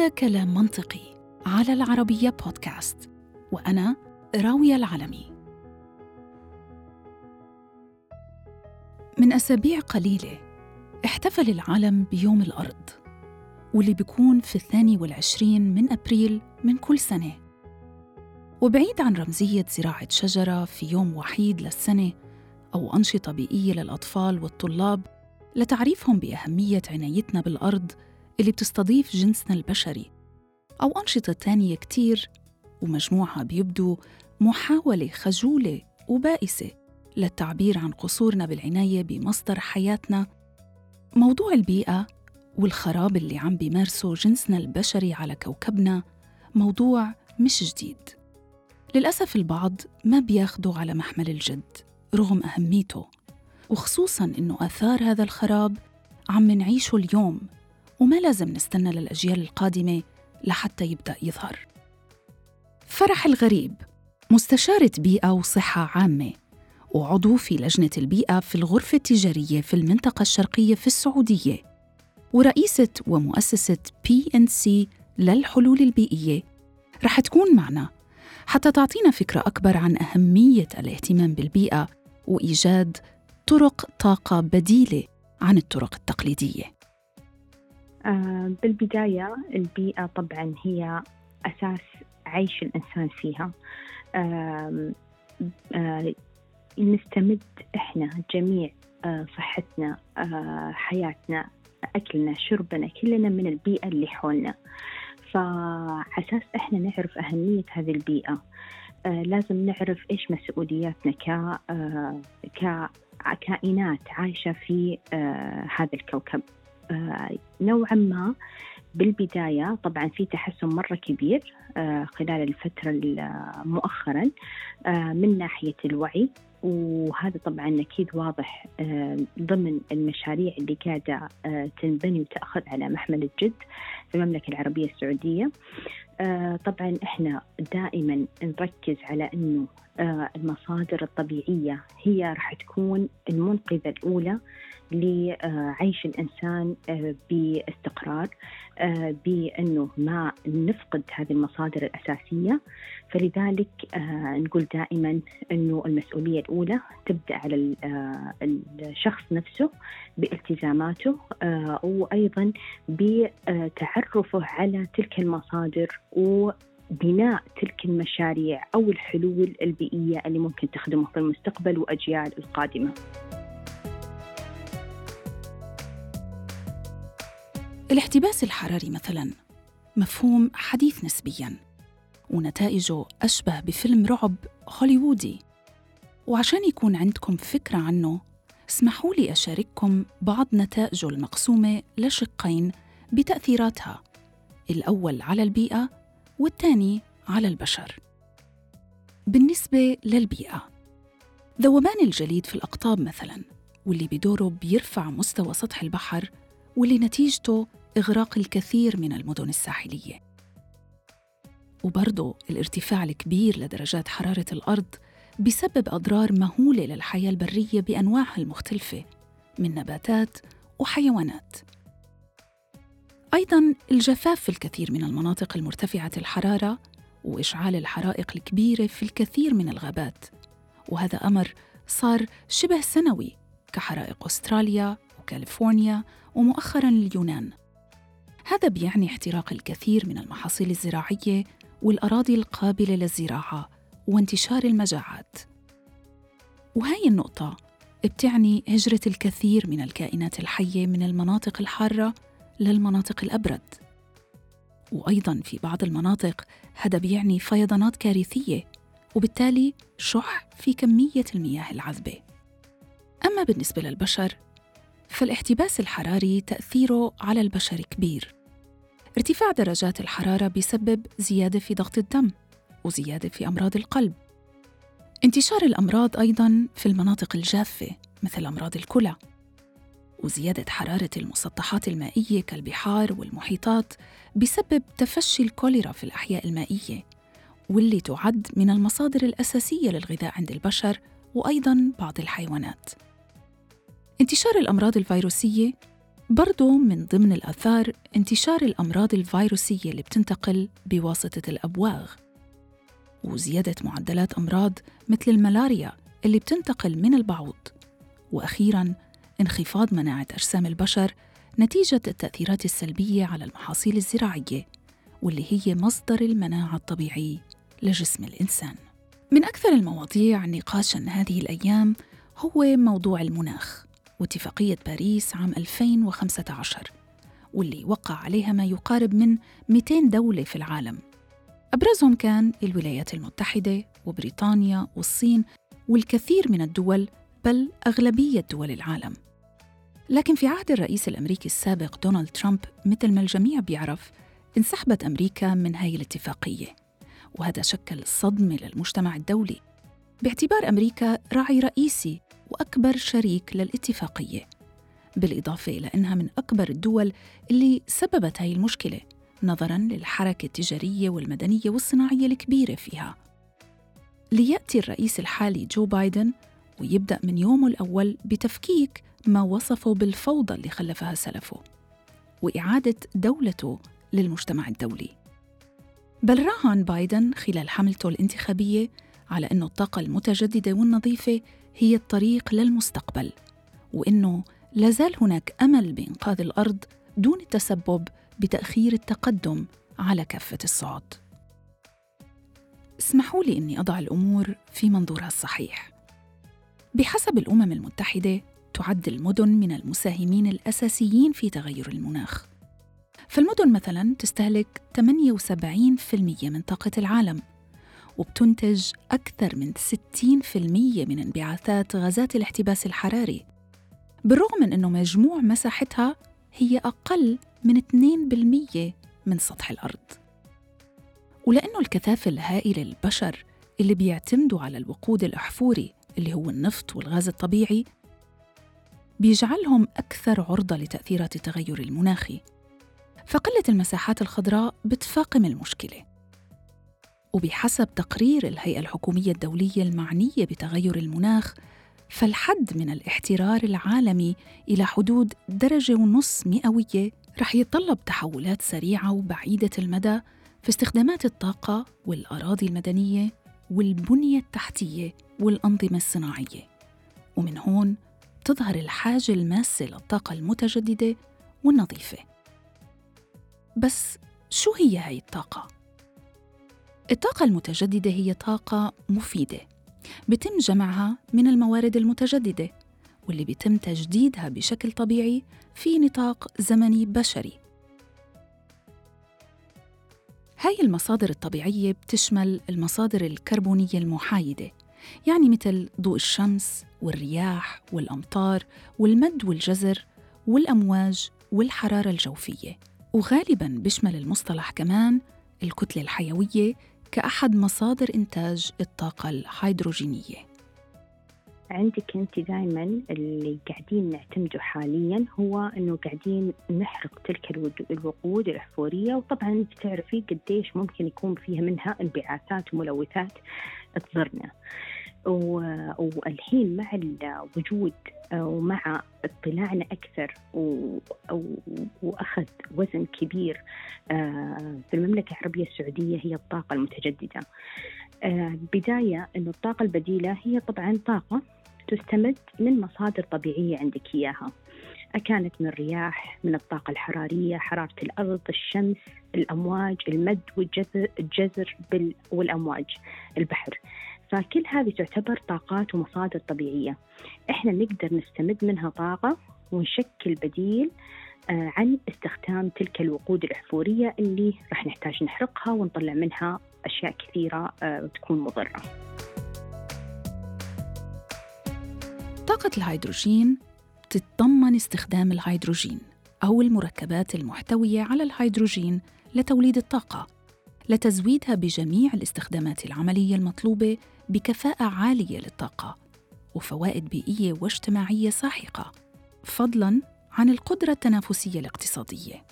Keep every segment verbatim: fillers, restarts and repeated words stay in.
هذا كلام منطقي على العربية بودكاست، وأنا راوية العلمي. من أسابيع قليلة احتفل العالم بيوم الأرض، واللي بيكون في الثاني والعشرين من أبريل من كل سنة. وبعيد عن رمزية زراعة شجرة في يوم وحيد للسنة أو أنشطة بيئية للأطفال والطلاب لتعريفهم بأهمية عنايتنا بالأرض اللي بتستضيف جنسنا البشري، أو أنشطة تانية كتير، ومجموعها بيبدو محاولة خجولة وبائسة للتعبير عن قصورنا بالعناية بمصدر حياتنا. موضوع البيئة والخراب اللي عم بيمارسه جنسنا البشري على كوكبنا موضوع مش جديد. للأسف البعض ما بياخده على محمل الجد رغم أهميته، وخصوصاً إنه آثار هذا الخراب عم نعيشه اليوم، وما لازم نستنى للأجيال القادمة لحتى يبدأ يظهر. فرح الغريب مستشارة بيئة وصحة عامة، وعضو في لجنة البيئة في الغرفة التجارية في المنطقة الشرقية في السعودية، ورئيسة ومؤسسة بي إن سي للحلول البيئية، رح تكون معنا حتى تعطينا فكرة أكبر عن أهمية الاهتمام بالبيئة وإيجاد طرق طاقة بديلة عن الطرق التقليدية. آه بالبداية البيئة طبعاً هي أساس عيش الإنسان فيها. آه آه نستمد إحنا جميع آه صحتنا، آه حياتنا، أكلنا، شربنا، كلنا من البيئة اللي حولنا. فعساس إحنا نعرف أهمية هذه البيئة آه لازم نعرف إيش مسؤولياتنا ك آه ككائنات عايشة في آه هذا الكوكب. آه نوعا ما بالبداية طبعا في تحسن مرة كبير آه خلال الفترة مؤخرا آه من ناحية الوعي، وهذا طبعا أكيد واضح آه ضمن المشاريع اللي قاعدة آه تنبني وتأخذ على محمل الجد في المملكة العربية السعودية. آه طبعا إحنا دائما نركز على أنه آه المصادر الطبيعية هي راح تكون المنقذة الأولى لعيش الإنسان باستقرار، بأنه ما نفقد هذه المصادر الأساسية. فلذلك نقول دائما أنه المسؤولية الأولى تبدأ على الشخص نفسه بالتزاماته، وأيضا بتعرفه على تلك المصادر وبناء تلك المشاريع أو الحلول البيئية اللي ممكن تخدمه في المستقبل وأجيال القادمة. الاحتباس الحراري مثلاً مفهوم حديث نسبياً، ونتائجه أشبه بفيلم رعب هوليوودي. وعشان يكون عندكم فكرة عنه، اسمحوا لي أشارككم بعض نتائجه المقسومة لشقين بتأثيراتها، الأول على البيئة والثاني على البشر. بالنسبة للبيئة، ذوبان الجليد في الأقطاب مثلاً، واللي بدوره بيرفع مستوى سطح البحر، واللي نتيجته إغراق الكثير من المدن الساحلية. وبرضه الارتفاع الكبير لدرجات حرارة الأرض بيسبب أضرار مهولة للحياة البرية بأنواعها المختلفة من نباتات وحيوانات. أيضاً الجفاف في الكثير من المناطق المرتفعة الحرارة، وإشعال الحرائق الكبيرة في الكثير من الغابات، وهذا أمر صار شبه سنوي كحرائق أستراليا وكاليفورنيا ومؤخراً اليونان. هذا بيعني احتراق الكثير من المحاصيل الزراعية والأراضي القابلة للزراعة وانتشار المجاعات. وهاي النقطة بتعني هجرة الكثير من الكائنات الحية من المناطق الحارة للمناطق الأبرد. وأيضاً في بعض المناطق هذا بيعني فيضانات كارثية، وبالتالي شح في كمية المياه العذبة. أما بالنسبة للبشر، فالاحتباس الحراري تأثيره على البشر كبير. ارتفاع درجات الحرارة بيسبب زيادة في ضغط الدم وزيادة في أمراض القلب. انتشار الأمراض أيضاً في المناطق الجافة مثل أمراض الكلى. وزيادة حرارة المسطحات المائية كالبحار والمحيطات بيسبب تفشي الكوليرا في الأحياء المائية، واللي تعد من المصادر الأساسية للغذاء عند البشر وأيضاً بعض الحيوانات. انتشار الأمراض الفيروسية برضو من ضمن الآثار انتشار الأمراض الفيروسية اللي بتنتقل بواسطة الأبواغ، وزيادة معدلات أمراض مثل الملاريا اللي بتنتقل من البعوض، وأخيراً انخفاض مناعة أجسام البشر نتيجة التأثيرات السلبية على المحاصيل الزراعية واللي هي مصدر المناعة الطبيعي لجسم الإنسان. من أكثر المواضيع نقاشاً هذه الأيام هو موضوع المناخ واتفاقية باريس عام ألفين وخمسة عشر، واللي وقع عليها ما يقارب من مئتين دولة في العالم. أبرزهم كان الولايات المتحدة وبريطانيا والصين والكثير من الدول، بل أغلبية دول العالم. لكن في عهد الرئيس الأمريكي السابق دونالد ترامب، مثل ما الجميع بيعرف، انسحبت أمريكا من هاي الاتفاقية، وهذا شكل صدمة للمجتمع الدولي باعتبار أمريكا راعي رئيسي وأكبر شريك للاتفاقية، بالإضافة إلى أنها من أكبر الدول اللي سببت هاي المشكلة نظراً للحركة التجارية والمدنية والصناعية الكبيرة فيها. ليأتي الرئيس الحالي جو بايدن ويبدأ من يومه الأول بتفكيك ما وصفه بالفوضى اللي خلفها سلفه وإعادة دولته للمجتمع الدولي. بل راهن بايدن خلال حملته الانتخابية على أنه الطاقة المتجددة والنظيفة هي الطريق للمستقبل، وأنه لازال هناك أمل بإنقاذ الأرض دون التسبب بتأخير التقدم على كافة الصعد. اسمحوا لي أني أضع الأمور في منظورها الصحيح. بحسب الأمم المتحدة تعد المدن من المساهمين الأساسيين في تغير المناخ، فالمدن مثلاً تستهلك ثمانية وسبعين بالمئة من طاقة العالم، وبتنتج أكثر من ستين بالمئة من انبعاثات غازات الاحتباس الحراري، بالرغم من أنه مجموع مساحتها هي أقل من اثنين بالمئة من سطح الأرض. ولأنه الكثافة الهائلة للبشر اللي بيعتمدوا على الوقود الأحفوري اللي هو النفط والغاز الطبيعي بيجعلهم أكثر عرضة لتأثيرات التغير المناخي، فقلة المساحات الخضراء بتفاقم المشكلة. وبحسب تقرير الهيئة الحكومية الدولية المعنية بتغير المناخ، فالحد من الاحترار العالمي إلى حدود درجة ونص مئوية رح يتطلب تحولات سريعة وبعيدة المدى في استخدامات الطاقة والأراضي المدنية والبنية التحتية والأنظمة الصناعية. ومن هون تظهر الحاجة الماسة للطاقة المتجددة والنظيفة. بس شو هي هاي الطاقة؟ الطاقة المتجددة هي طاقة مفيدة بتم جمعها من الموارد المتجددة واللي بيتم تجديدها بشكل طبيعي في نطاق زمني بشري. هاي المصادر الطبيعية بتشمل المصادر الكربونية المحايدة، يعني مثل ضوء الشمس والرياح والأمطار والمد والجزر والأمواج والحرارة الجوفية، وغالباً بيشمل المصطلح كمان الكتلة الحيوية كأحد مصادر إنتاج الطاقة الهيدروجينية. عندك أنت دائماً اللي قاعدين نعتمده حالياً هو أنه قاعدين نحرق تلك الوقود الأحفورية، وطبعاً بتعرفي قديش ممكن يكون فيها منها انبعاثات وملوثات تضرنا. والحين مع الوجود ومع اطلاعنا أكثر وأخذ وزن كبير في المملكة العربية السعودية هي الطاقة المتجددة. بداية أن الطاقة البديلة هي طبعاً طاقة تستمد من مصادر طبيعية عندك إياها، كانت من الرياح، من الطاقة الحرارية، حرارة الأرض، الشمس، الأمواج، المد والجزر والأمواج، البحر. فكل هذه تعتبر طاقات ومصادر طبيعية إحنا نقدر نستمد منها طاقة ونشكل بديل عن استخدام تلك الوقود الأحفورية اللي رح نحتاج نحرقها ونطلع منها أشياء كثيرة تكون مضرة. طاقة الهيدروجين تتضمن استخدام الهيدروجين أو المركبات المحتوية على الهيدروجين لتوليد الطاقة، لتزويدها بجميع الاستخدامات العملية المطلوبة بكفاءة عالية للطاقة وفوائد بيئية واجتماعية ساحقة، فضلاً عن القدرة التنافسية الاقتصادية.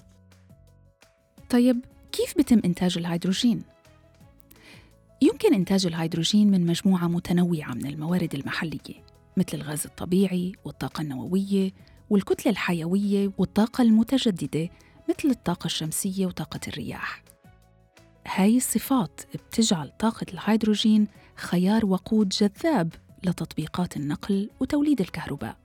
طيب، كيف بتم إنتاج الهيدروجين؟ يمكن إنتاج الهيدروجين من مجموعة متنوعة من الموارد المحلية مثل الغاز الطبيعي والطاقة النووية والكتلة الحيوية والطاقة المتجددة مثل الطاقة الشمسية وطاقة الرياح. هاي الصفات بتجعل طاقة الهيدروجين خيار وقود جذاب لتطبيقات النقل وتوليد الكهرباء.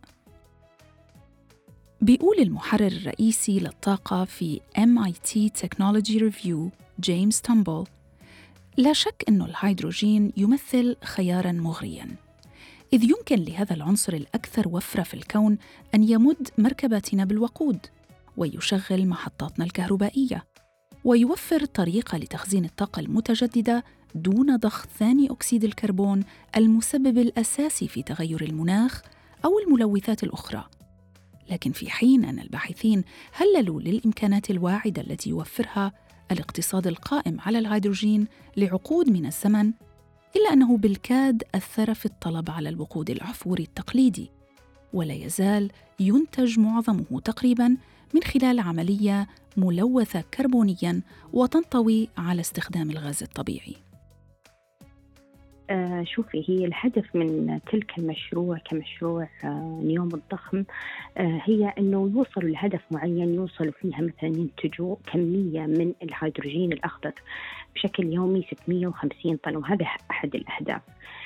بيقول المحرر الرئيسي للطاقة في إم آي تي Technology Review جيمس تومبل: لا شك أن الهيدروجين يمثل خياراً مغرياً، إذ يمكن لهذا العنصر الأكثر وفرة في الكون أن يمد مركباتنا بالوقود ويشغل محطاتنا الكهربائية ويوفر طريقة لتخزين الطاقة المتجددة دون ضخ ثاني أكسيد الكربون المسبب الأساسي في تغير المناخ أو الملوثات الأخرى. لكن في حين أن الباحثين هللوا للإمكانات الواعدة التي يوفرها الاقتصاد القائم على الهيدروجين لعقود من الزمن، إلا أنه بالكاد أثر في الطلب على الوقود الأحفوري التقليدي، ولا يزال ينتج معظمه تقريباً من خلال عملية ملوثة كربونياً وتنطوي على استخدام الغاز الطبيعي. آه شوفي، هي الهدف من تلك المشروع كمشروع آه نيوم الضخم آه هي أنه يوصلوا لهدف معين، يوصلوا فيها مثلا ينتجوا كمية من الهيدروجين الأخضر بشكل يومي ستمائة وخمسين طن، وهذا أحد الأهداف،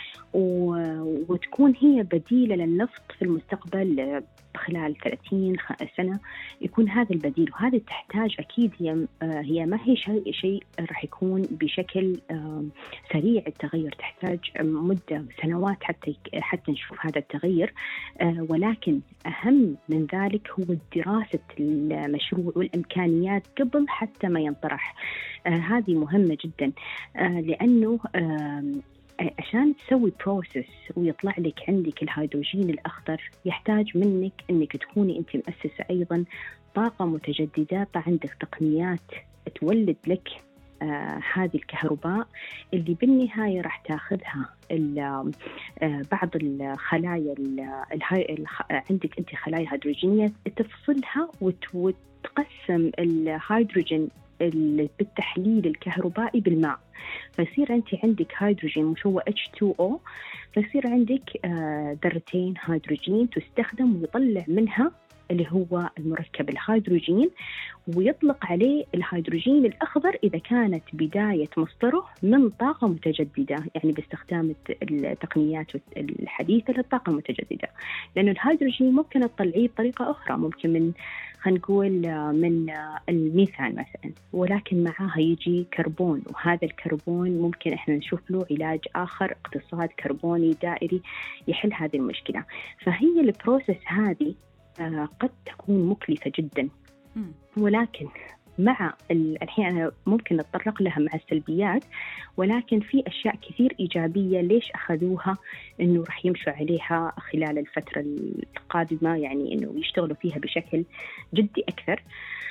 وتكون هي بديلة للنفط في المستقبل خلال ثلاثين سنة، يكون هذا البديل. وهذا تحتاج أكيد هي هي ما هي شيء شيء راح يكون بشكل سريع التغير، تحتاج مدة سنوات حتى حتى نشوف هذا التغير، ولكن أهم من ذلك هو دراسة المشروع والإمكانيات قبل حتى ما ينطرح. هذه مهمة جدا، لأنه عشان تسوي بروسيس ويطلع لك عندك الهيدروجين الأخضر يحتاج منك أنك تكوني أنت مؤسسة أيضا طاقة متجددة، عندك تقنيات تولد لك آه هذه الكهرباء اللي بالنهاية راح تاخذها آه بعض الخلايا الخ... عندك أنت خلايا هيدروجينية تفصلها وت... وتقسم الهيدروجين بالتحليل الكهربائي بالماء، فيصير أنت عندك هيدروجين مش هو إتش تو أو، فيصير عندك ذرتين هيدروجين تستخدم ويطلع منها اللي هو المركب الهيدروجين، ويطلق عليه الهيدروجين الأخضر إذا كانت بداية مصدره من طاقة متجددة، يعني باستخدام التقنيات الحديثة للطاقة المتجددة. لأنه الهيدروجين ممكن تطلعيه بطريقة أخرى، ممكن من خلينا نقول من الميثان مثلا، ولكن معها يجي كربون، وهذا الكربون ممكن إحنا نشوف له علاج آخر، اقتصاد كربوني دائري يحل هذه المشكلة. فهي البروسيس هذه قد تكون مكلفة جدا، ولكن مع الحين أنا ممكن نتطرق لها مع السلبيات، ولكن في أشياء كثير إيجابية ليش أخذوها إنه رح يمشوا عليها خلال الفترة القادمة، يعني إنه يشتغلوا فيها بشكل جدي أكثر.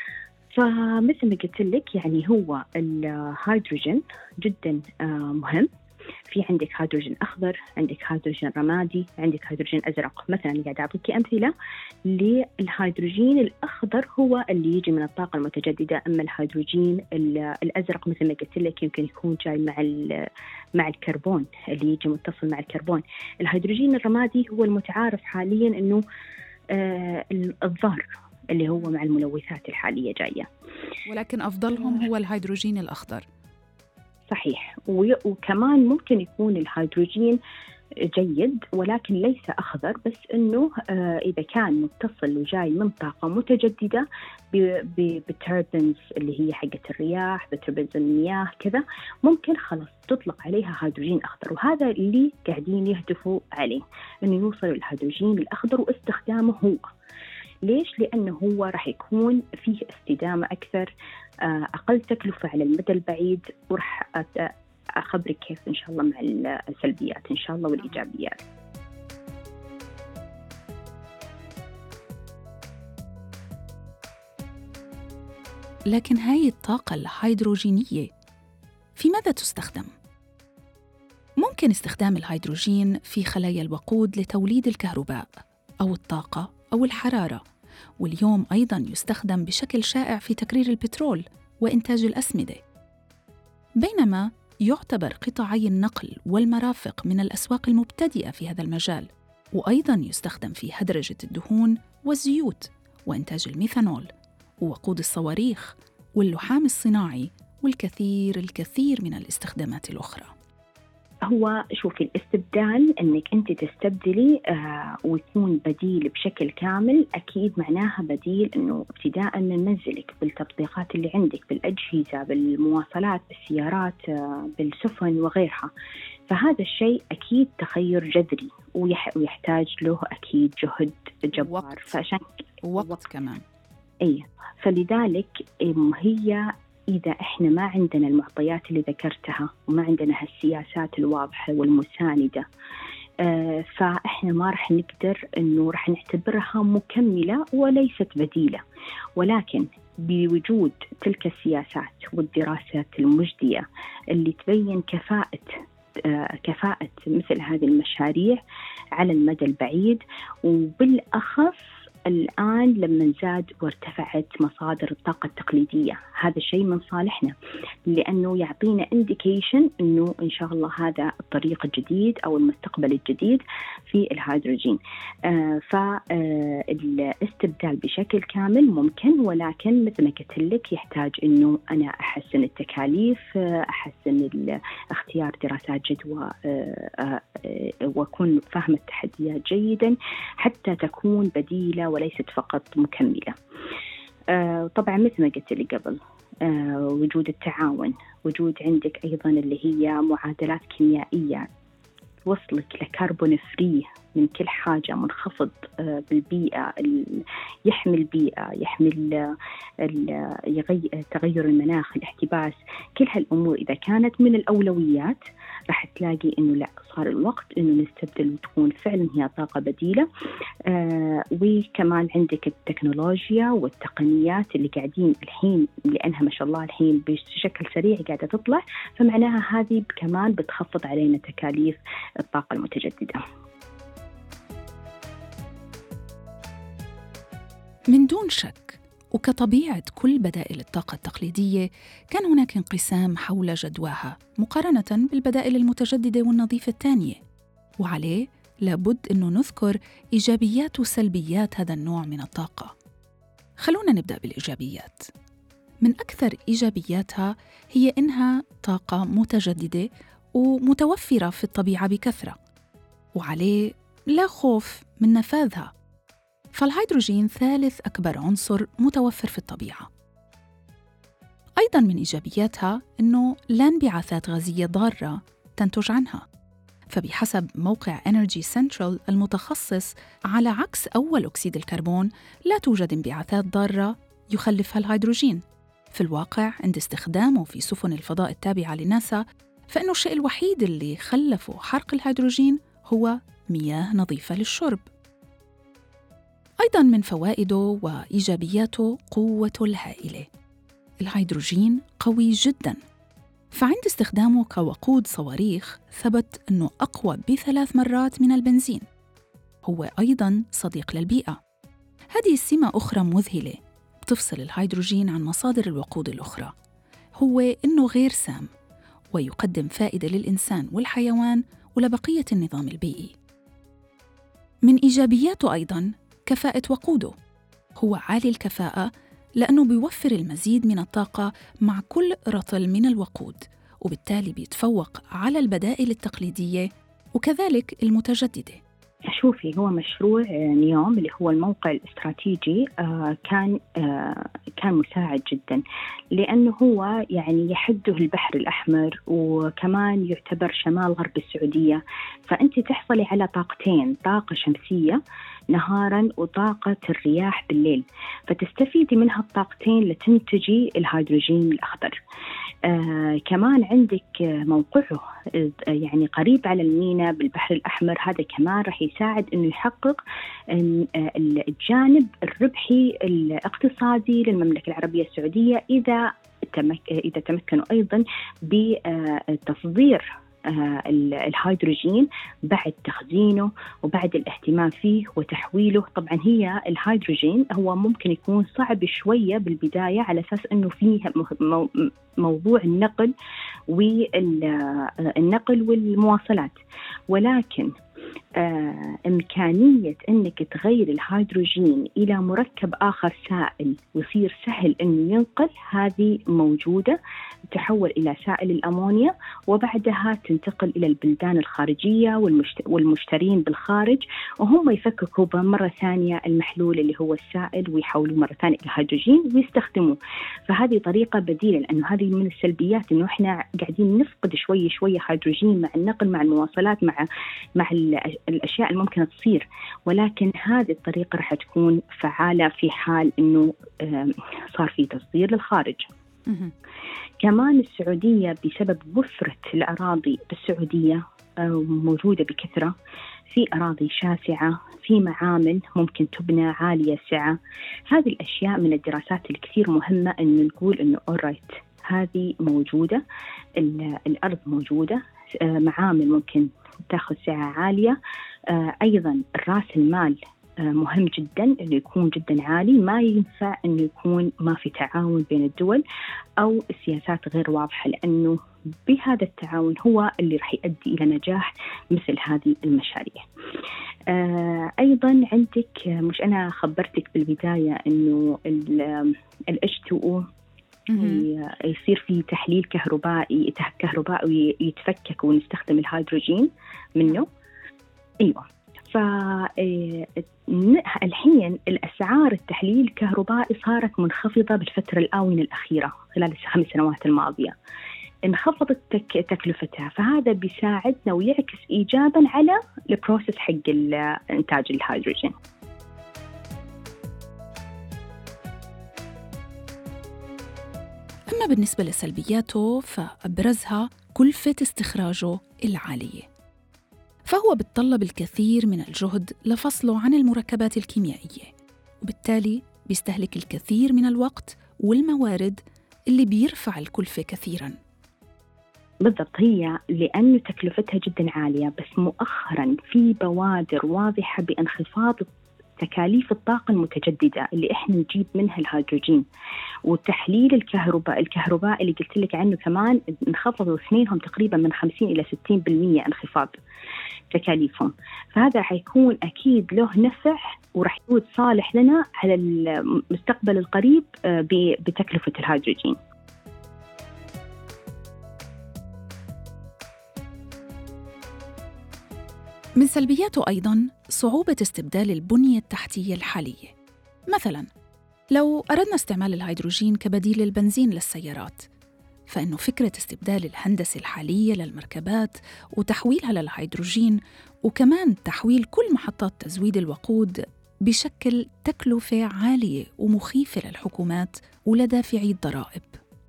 فمثل ما قلت لك يعني هو الهيدروجين جدا مهم. في عندك هيدروجين أخضر، عندك هيدروجين رمادي، عندك هيدروجين أزرق. مثلا قاعد أعطيك أمثلة للهيدروجين الأخضر هو اللي يجي من الطاقة المتجددة، أما الهيدروجين الأزرق مثل ما قلت لك يمكن يكون جاي مع مع الكربون اللي يجي متصل مع الكربون. الهيدروجين الرمادي هو المتعارف حاليا إنه آه الضار اللي هو مع الملوثات الحالية جاية، ولكن أفضلهم هو الهيدروجين الأخضر. صحيح، وكمان ممكن يكون الهيدروجين جيد ولكن ليس أخضر، بس إنه آه إذا كان متصل وجاي من طاقة متجددة بالتربنز اللي هي حقة الرياح، بتربنز المياه كذا، ممكن خلاص تطلق عليها هيدروجين أخضر. وهذا اللي قاعدين يهدفوا عليه، إنه يوصلوا الهيدروجين الأخضر واستخدامه هو. ليش؟ لأنه هو راح يكون فيه استدامة أكثر، أقل تكلفة على المدى البعيد، ورح أخبرك كيف إن شاء الله مع السلبيات إن شاء الله والإيجابيات. لكن هاي الطاقة الهيدروجينية في ماذا تستخدم؟ ممكن استخدام الهيدروجين في خلايا الوقود لتوليد الكهرباء أو الطاقة أو الحرارة، واليوم أيضاً يستخدم بشكل شائع في تكرير البترول وإنتاج الأسمدة، بينما يعتبر قطاعي النقل والمرافق من الأسواق المبتدئة في هذا المجال، وأيضاً يستخدم في هدرجة الدهون والزيوت وإنتاج الميثانول ووقود الصواريخ واللحام الصناعي والكثير الكثير من الاستخدامات الأخرى. هو شوفي، الاستبدال أنك أنت تستبدلي آه ويكون بديل بشكل كامل، أكيد معناها بديل أنه ابتداء ننزلك بالتطبيقات اللي عندك، بالأجهزة، بالمواصلات، بالسيارات، آه بالسفن وغيرها. فهذا الشيء أكيد تغير جذري ويحتاج له أكيد جهد جبار. وقت. فعشان وقت, وقت كمان. أي، فلذلك هي إذا إحنا ما عندنا المعطيات اللي ذكرتها وما عندنا هالسياسات الواضحة والمساندة، آه فإحنا ما رح نقدر إنه رح نعتبرها مكملة وليست بديلة. ولكن بوجود تلك السياسات والدراسات المجدية اللي تبين كفاءة آه كفاءة مثل هذه المشاريع على المدى البعيد، وبالأخص الآن لما زاد وارتفعت مصادر الطاقة التقليدية، هذا الشيء من صالحنا، لأنه يعطينا إنديكيشن أنه إن شاء الله هذا الطريق الجديد أو المستقبل الجديد في الهيدروجين. آه فالاستبدال بشكل كامل ممكن، ولكن مثل ما قلت لك يحتاج أنه أنا أحسن التكاليف، أحسن اختيار دراسات جدوى، آه آه وأكون فاهمة التحديات جيدا حتى تكون بديلة وليست فقط مكملة. آه طبعا مثل ما قلت لي قبل، آه وجود التعاون، وجود عندك أيضا اللي هي معادلات كيميائية توصلك لكربون فري من كل حاجة، منخفض آه بالبيئة، يحمي البيئة، يحمي تغير المناخ، الاحتباس، كل هالأمور إذا كانت من الأولويات راح تلاقي إنه لا، صار الوقت إنه نستبدل وتكون فعلا هي طاقة بديلة. آه وكمان عندك التكنولوجيا والتقنيات اللي قاعدين الحين، لأنها ما شاء الله الحين بشكل سريع قاعدة تطلع، فمعناها هذه كمان بتخفض علينا تكاليف الطاقة المتجددة. من دون شك، وكطبيعة كل بدائل الطاقة التقليدية، كان هناك انقسام حول جدواها مقارنة بالبدائل المتجددة والنظيفة الثانية، وعليه لابد أنه نذكر إيجابيات وسلبيات هذا النوع من الطاقة. خلونا نبدأ بالإيجابيات. من أكثر إيجابياتها هي إنها طاقة متجددة ومتوفرة في الطبيعة بكثرة، وعليه لا خوف من نفاذها. فالهيدروجين ثالث أكبر عنصر متوفر في الطبيعة. أيضاً من إيجابياتها أنه لا انبعاثات غازية ضارة تنتج عنها، فبحسب موقع Energy Central المتخصص، على عكس أول أكسيد الكربون لا توجد انبعاثات ضارة يخلفها الهيدروجين. في الواقع عند استخدامه في سفن الفضاء التابعة لناسا، فإنه الشيء الوحيد اللي خلفه حرق الهيدروجين هو مياه نظيفة للشرب. أيضاً من فوائده وإيجابياته قوته الهائلة. الهيدروجين قوي جداً، فعند استخدامه كوقود صواريخ ثبت أنه أقوى بثلاث مرات من البنزين. هو أيضاً صديق للبيئة. هذه السمة أخرى مذهلة بتفصل الهيدروجين عن مصادر الوقود الأخرى، هو أنه غير سام ويقدم فائدة للإنسان والحيوان ولبقية النظام البيئي. من إيجابياته أيضاً كفاءة وقوده. هو عالي الكفاءة لأنه بيوفر المزيد من الطاقة مع كل رطل من الوقود، وبالتالي بيتفوق على البدائل التقليدية وكذلك المتجددة. شوفي، هو مشروع نيوم اللي هو الموقع الاستراتيجي آه كان آه كان مساعد جدا، لأنه هو يعني يحده البحر الأحمر وكمان يعتبر شمال غرب السعودية، فأنت تحصلي على طاقتين، طاقة شمسية نهاراً وطاقة الرياح بالليل، فتستفيدي من هالطاقتين لتنتجي الهيدروجين الأخضر. آه كمان عندك موقعه يعني قريب على الميناء بالبحر الأحمر، هذا كمان رح يساعد إنه يحقق الجانب الربحي الاقتصادي للمملكة العربية السعودية إذا تمك إذا تمكنوا أيضاً بتصدير الهيدروجين بعد تخزينه وبعد الاهتمام فيه وتحويله. طبعا هي الهيدروجين هو ممكن يكون صعب شوية بالبداية على أساس أنه فيه موضوع النقل والنقل والمواصلات، ولكن آه إمكانية أنك تغير الهيدروجين إلى مركب آخر سائل ويصير سهل أنه ينقل، هذه موجودة، تحول إلى سائل الأمونيا وبعدها تنتقل إلى البلدان الخارجية والمشترين بالخارج، وهم يفككوا مرة ثانية المحلول اللي هو السائل ويحولوا مرة ثانية إلى هيدروجين ويستخدموه. فهذه طريقة بديلة، لأنه هذه من السلبيات أنه إحنا قاعدين نفقد شوي شوي هيدروجين مع النقل، مع المواصلات، مع مع الأشياء الممكنة تصير، ولكن هذه الطريقة راح تكون فعالة في حال أنه صار في تصدير للخارج. كمان السعودية بسبب وفرة الأراضي بالسعودية موجودة بكثرة، في أراضي شاسعة، في معامل ممكن تبنى عالية السعة. هذه الأشياء من الدراسات الكثير مهمة أن نقول أنه alright هذه موجودة، الأرض موجودة، معامل ممكن تأخذ سعة عالية. أيضا رأس المال مهم جدا إنه يكون جدا عالي، ما ينفع إنه يكون ما في تعاون بين الدول أو السياسات غير واضحة، لأنه بهذا التعاون هو اللي راح يؤدي إلى نجاح مثل هذه المشاريع. أيضا عندك، مش أنا خبرتك بالبداية إنه ال إتش تو أو يصير في تحليل كهربائي كهربائي يتفكك ونستخدم الهيدروجين منه. أيوة، فالحين الأسعار التحليل الكهربائي صارت منخفضة بالفترة الآونة الأخيرة خلال الخمس سنوات الماضية، انخفضت تك تكلفتها، فهذا بيساعدنا ويعكس إيجابا على البروسيس حق إنتاج الهيدروجين. أما بالنسبة لسلبياته فأبرزها كلفة استخراجه العالية، فهو بيتطلب الكثير من الجهد لفصله عن المركبات الكيميائية، وبالتالي بيستهلك الكثير من الوقت والموارد اللي بيرفع الكلفة كثيراً. بالضبط، هي لأنه تكلفتها جداً عالية، بس مؤخراً في بوادر واضحة بانخفاض تكاليف الطاقة المتجددة اللي إحنا نجيب منها الهيدروجين، وتحليل الكهرباء الكهرباء اللي قلت لك عنه كمان انخفضوا اثنينهم تقريباً من خمسين إلى ستين بالمئة انخفاض تكاليفهم. فهذا حيكون أكيد له نفع ورح يكون صالح لنا على المستقبل القريب بتكلفة الهيدروجين. من سلبياته أيضاً صعوبة استبدال البنية التحتية الحالية. مثلاً لو أردنا استعمال الهيدروجين كبديل للبنزين للسيارات، فإنه فكرة استبدال الهندسة الحالية للمركبات وتحويلها للهيدروجين وكمان تحويل كل محطات تزويد الوقود بشكل تكلفة عالية ومخيفة للحكومات ولدافعي الضرائب.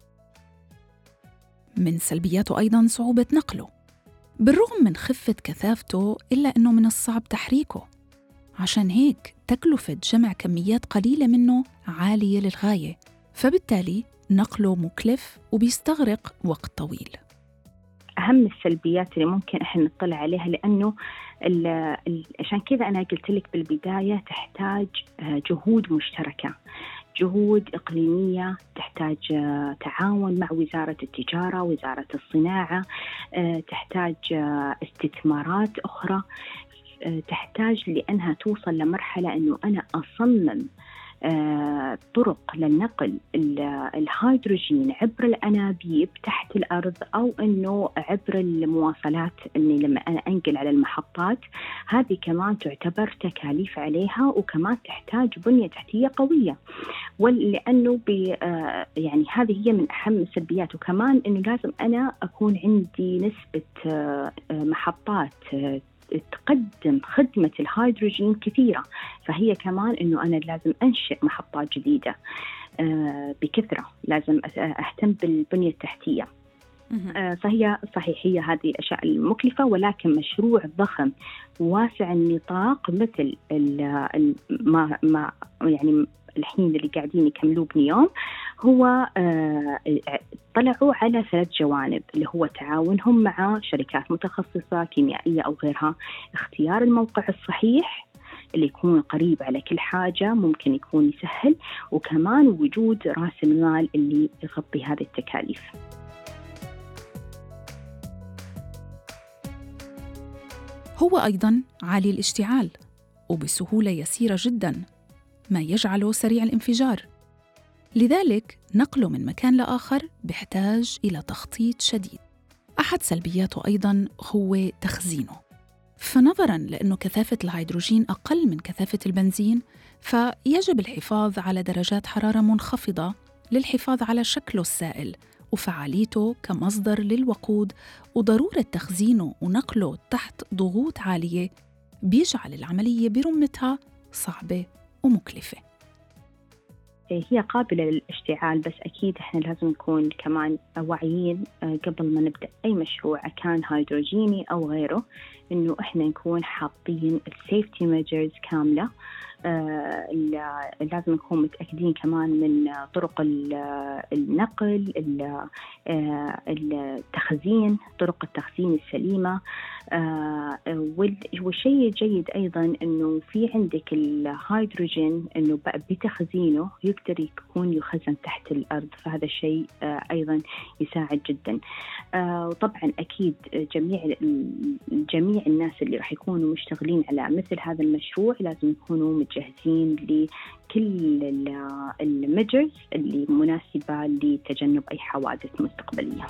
من سلبياته أيضاً صعوبة نقله، بالرغم من خفة كثافته إلا أنه من الصعب تحريكه، عشان هيك تكلفة جمع كميات قليلة منه عالية للغاية، فبالتالي نقله مكلف وبيستغرق وقت طويل. أهم السلبيات اللي ممكن إحنا نطلع عليها، لأنه ال ال عشان كذا أنا قلت لك بالبداية تحتاج جهود مشتركة، جهود إقليمية، تحتاج تعاون مع وزارة التجارة، وزارة الصناعة، تحتاج استثمارات أخرى، تحتاج لأنها توصل لمرحلة أنه أنا أصمم طرق للنقل الهيدروجين عبر الأنابيب تحت الأرض، أو أنه عبر المواصلات أني لما أنا أنقل على المحطات. هذه كمان تعتبر تكاليف عليها، وكمان تحتاج بنية تحتية قوية، ولأنه يعني هذه هي من أهم السلبيات. وكمان أنه لازم أنا أكون عندي نسبة محطات تقدم خدمة الهيدروجين كثيرة، فهي كمان أنه أنا لازم أنشئ محطات جديدة بكثرة، لازم أهتم بالبنية التحتية. فهي صحيح هي هذه الأشياء المكلفة، ولكن مشروع ضخم واسع النطاق مثل ما ما يعني الحين اللي قاعدين يكملوه بنيوم، هو طلعوا على ثلاث جوانب، اللي هو تعاونهم مع شركات متخصصة كيميائية أو غيرها، اختيار الموقع الصحيح اللي يكون قريب على كل حاجة ممكن يكون يسهل، وكمان وجود رأس المال اللي يغطي هذه التكاليف. هو أيضاً عالي الاشتعال وبسهولة يسيرة جداً، ما يجعله سريع الانفجار. لذلك نقله من مكان لآخر بيحتاج إلى تخطيط شديد. أحد سلبياته أيضاً هو تخزينه، فنظراً لأنه كثافة الهيدروجين أقل من كثافة البنزين، فيجب الحفاظ على درجات حرارة منخفضة للحفاظ على شكله السائل وفعاليته كمصدر للوقود، وضرورة تخزينه ونقله تحت ضغوط عالية بيجعل العملية برمتها صعبة ومكلفة. هي قابلة للاشتعال، بس أكيد إحنا لازم نكون كمان واعيين قبل ما نبدأ أي مشروع كان هيدروجيني أو غيره، إنه إحنا نكون حاطين السيفتي ميجرز كاملة. آه لازم نكون متأكدين كمان من طرق النقل، التخزين، طرق التخزين السليمة. آه والشيء الجيد أيضاً إنه في عندك الهيدروجين إنه بتخزينه يقدر يكون يخزن تحت الأرض، فهذا الشيء آه أيضاً يساعد جداً. آه وطبعاً أكيد جميع جميع الناس اللي راح يكونوا مشتغلين على مثل هذا المشروع لازم يكونوا متجهزين لكل الميجرز اللي مناسبة لتجنب أي حوادث مستقبلية.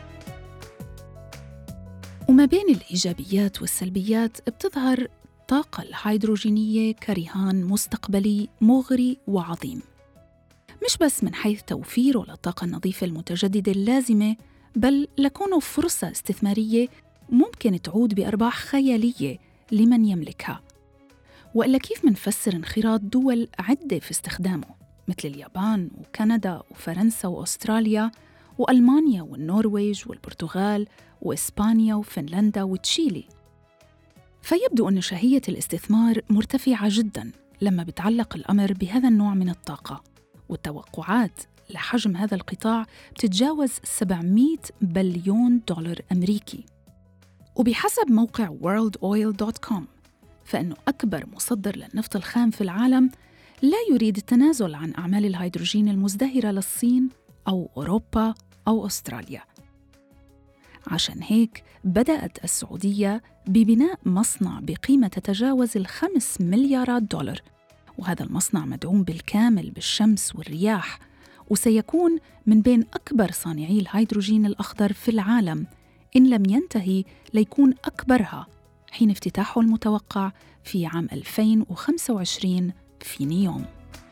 وما بين الإيجابيات والسلبيات بتظهر الطاقة الهيدروجينية كرهان مستقبلي مغري وعظيم، مش بس من حيث توفيره للطاقة النظيفة المتجددة اللازمة، بل لكونه فرصة استثمارية ممكن تعود بأرباح خيالية لمن يملكها. وإلا كيف منفسر انخراط دول عدة في استخدامه مثل اليابان وكندا وفرنسا وأستراليا وألمانيا والنرويج والبرتغال وإسبانيا وفنلندا وتشيلي؟ فيبدو أن شهية الاستثمار مرتفعة جداً لما بتعلق الأمر بهذا النوع من الطاقة، والتوقعات لحجم هذا القطاع بتتجاوز سبعمائة بليون دولار أمريكي. وبحسب موقع وورلد أويل دوت كوم فإنه أكبر مصدر للنفط الخام في العالم لا يريد التنازل عن أعمال الهيدروجين المزدهرة للصين أو أوروبا أو أستراليا. عشان هيك بدأت السعودية ببناء مصنع بقيمة تتجاوز الخمس مليارات دولار، وهذا المصنع مدعوم بالكامل بالشمس والرياح، وسيكون من بين أكبر صانعي الهيدروجين الأخضر في العالم إن لم ينتهي ليكون أكبرها حين افتتاحه المتوقع في عام ألفين وخمسة وعشرين في نيوم.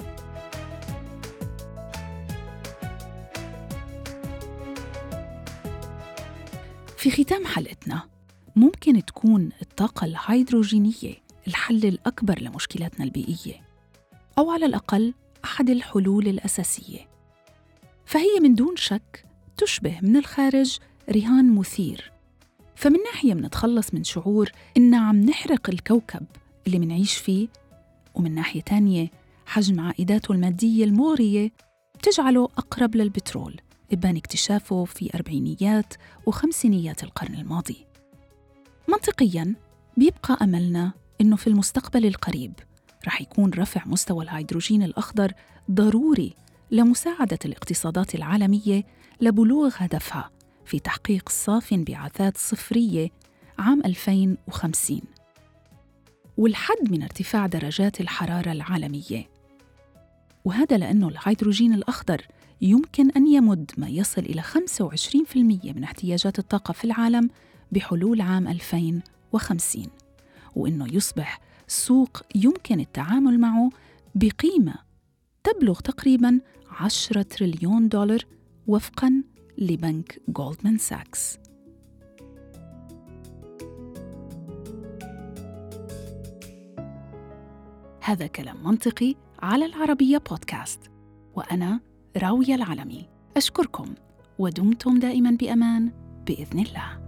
في ختام حلقتنا، ممكن تكون الطاقة الهيدروجينية الحل الأكبر لمشكلاتنا البيئية، أو على الأقل أحد الحلول الأساسية. فهي من دون شك تشبه من الخارج رهان مثير، فمن ناحية منتخلص من شعور إن عم نحرق الكوكب اللي منعيش فيه، ومن ناحية تانية حجم عائداته المادية المغرية بتجعله أقرب للبترول إبان اكتشافه في أربعينيات وخمسينيات القرن الماضي. منطقياً بيبقى أملنا إنه في المستقبل القريب رح يكون رفع مستوى الهيدروجين الأخضر ضروري لمساعدة الاقتصادات العالمية لبلوغ هدفها في تحقيق صافي انبعاثات صفرية عام ألفين وخمسين، والحد من ارتفاع درجات الحرارة العالمية. وهذا لأنه الهيدروجين الأخضر يمكن أن يمد ما يصل إلى خمسة وعشرين بالمئة من احتياجات الطاقة في العالم بحلول عام ألفين وخمسين، وإنه يصبح سوق يمكن التعامل معه بقيمة تبلغ تقريباً عشرة تريليون دولار وفقاً لبنك جولدمان ساكس. هذا كلام منطقي على العربية بودكاست، وأنا راوية العلمي. أشكركم ودمتم دائماً بأمان بإذن الله.